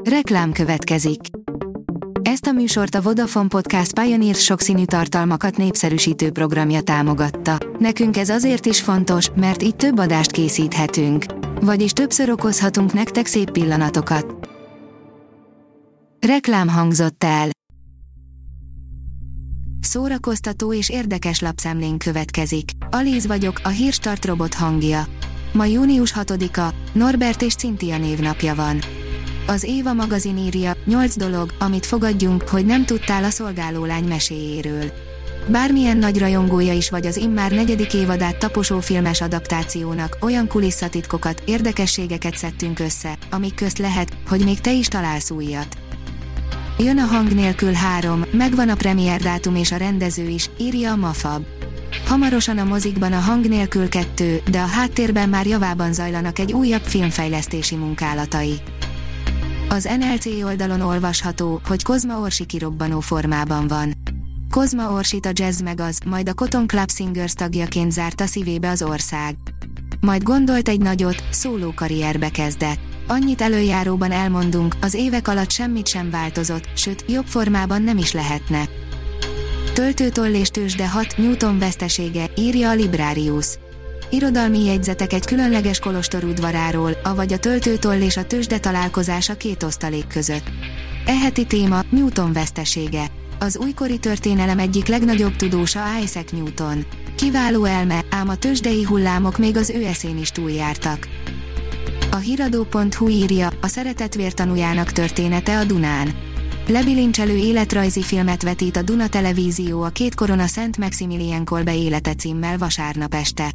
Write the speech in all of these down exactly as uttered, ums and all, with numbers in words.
Reklám következik. Ezt a műsort a Vodafone Podcast Pioneer sokszínű tartalmakat népszerűsítő programja támogatta. Nekünk ez azért is fontos, mert így több adást készíthetünk. Vagyis többször okozhatunk nektek szép pillanatokat. Reklám hangzott el. Szórakoztató és érdekes lapszemlén következik. Alíz vagyok, a Hírstart robot hangja. Ma június hatodika, Norbert és Cintia névnapja van. Az Éva magazin írja, nyolc dolog, amit fogadjunk, hogy nem tudtál a szolgálólány meséjéről. Bármilyen nagy rajongója is vagy az immár negyedik évadát taposó filmes adaptációnak, olyan kulisszatitkokat, érdekességeket szedtünk össze, amik közt lehet, hogy még te is találsz újat. Jön a Hang nélkül három, megvan a premier dátum és a rendező is, írja a Mafab. Hamarosan a mozikban a Hang nélkül kettő, de a háttérben már javában zajlanak egy újabb filmfejlesztési munkálatai. Az en el cé oldalon olvasható, hogy Kozma Orsi kirobbanó formában van. Kozma Orsit a Jazz meg az, majd a Cotton Club Singers tagjaként zárta szívébe az ország. Majd gondolt egy nagyot, szóló karrierbe kezdett. Annyit előjáróban elmondunk, az évek alatt semmit sem változott, sőt, jobb formában nem is lehetne. Töltőtoll és tőzsde hat, Newton vesztesége, írja a Librarius. Irodalmi jegyzetek egy különleges kolostor udvaráról, avagy a töltőtoll és a tőzsde találkozása két osztalék között. E heti téma, Newton vesztesége. Az újkori történelem egyik legnagyobb tudósa Isaac Newton. Kiváló elme, ám a tőzsdei hullámok még az ő eszén is túljártak. A hiradó pont hu írja, a szeretet vértanújának története a Dunán. Lebilincselő életrajzi filmet vetít a Duna Televízió a Két korona Szent Maximilien Kolbe élete címmel vasárnap este.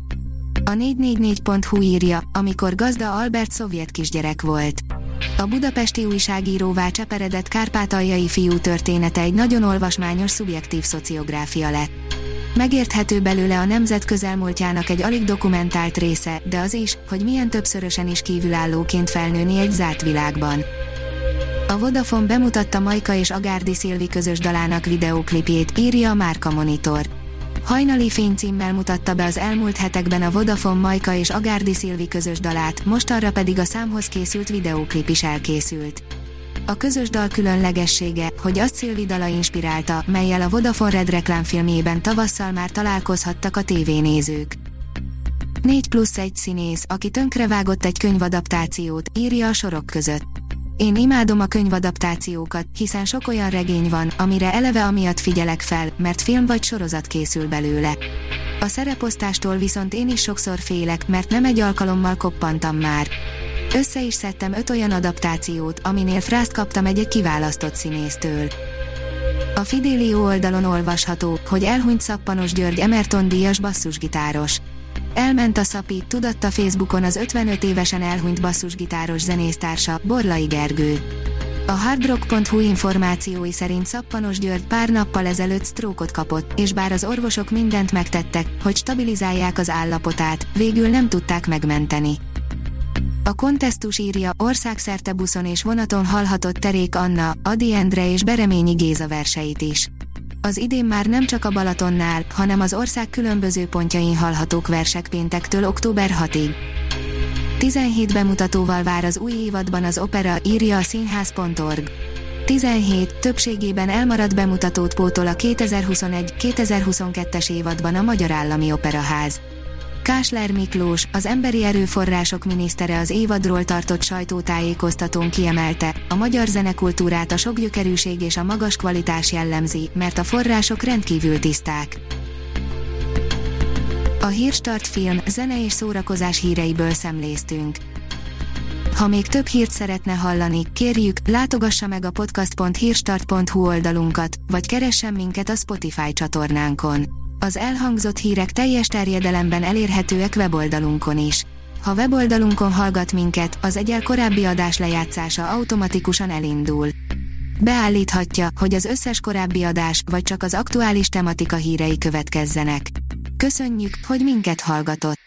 A négy négy négy pont hu írja, amikor gazda Albert szovjet kisgyerek volt. A budapesti újságíróvá cseperedett kárpátaljai fiú története egy nagyon olvasmányos szubjektív szociográfia lett. Megérthető belőle a nemzet közelmúltjának egy alig dokumentált része, de az is, hogy milyen többszörösen is kívülállóként felnőni egy zárt világban. A Vodafone bemutatta Majka és Agárdi Szilvi közös dalának videóklipjét, írja a Márka Monitor. Hajnali fény címmel mutatta be az elmúlt hetekben a Vodafone Majka és Agárdi Szilvi közös dalát, mostanra pedig a számhoz készült videóklip is elkészült. A közös dal különlegessége, hogy azt Szilvi dala inspirálta, mellyel a Vodafone Red reklámfilmjében tavasszal már találkozhattak a tévénézők. négy plusz egy színész, aki tönkrevágott egy könyvadaptációt, írja a sorok között. Én imádom a könyvadaptációkat, hiszen sok olyan regény van, amire eleve amiatt figyelek fel, mert film vagy sorozat készül belőle. A szereposztástól viszont én is sokszor félek, mert nem egy alkalommal koppantam már. Össze is szedtem öt olyan adaptációt, aminél frászt kaptam egy-egy kiválasztott színésztől. A Fidelio oldalon olvasható, hogy elhunyt Szappanos György Emerton díjas basszusgitáros. Elment a szapi, tudatta Facebookon az ötvenöt évesen elhunyt basszusgitáros zenésztársa, Borlai Gergő. A hardrock pont hu információi szerint Szappanos György pár nappal ezelőtt sztrókot kapott, és bár az orvosok mindent megtettek, hogy stabilizálják az állapotát, végül nem tudták megmenteni. A Kontesztus írja, országszerte buszon és vonaton hallhatott Terék Anna, Ady Endre és Bereményi Géza verseit is. Az idén már nem csak a Balatonnál, hanem az ország különböző pontjain hallhatók versek péntektől október hatodikáig. tizenhét bemutatóval vár az új évadban az opera, írja a színház pont org. tizenhét, többségében elmaradt bemutatót pótol a kétezer-huszonegy kétezer-huszonkettes évadban a Magyar Állami Operaház. Kásler Miklós, az emberi erőforrások minisztere az évadról tartott sajtótájékoztatón kiemelte, a magyar zenekultúrát a sokgyökerűség és a magas kvalitás jellemzi, mert a források rendkívül tiszták. A Hírstart film, zene és szórakozás híreiből szemléztünk. Ha még több hírt szeretne hallani, kérjük, látogassa meg a podcast pont hírstart pont hu oldalunkat, vagy keressen minket a Spotify csatornánkon. Az elhangzott hírek teljes terjedelemben elérhetőek weboldalunkon is. Ha weboldalunkon hallgat minket, az egyel korábbi adás lejátszása automatikusan elindul. Beállíthatja, hogy az összes korábbi adás, vagy csak az aktuális tematika hírei következzenek. Köszönjük, hogy minket hallgatott!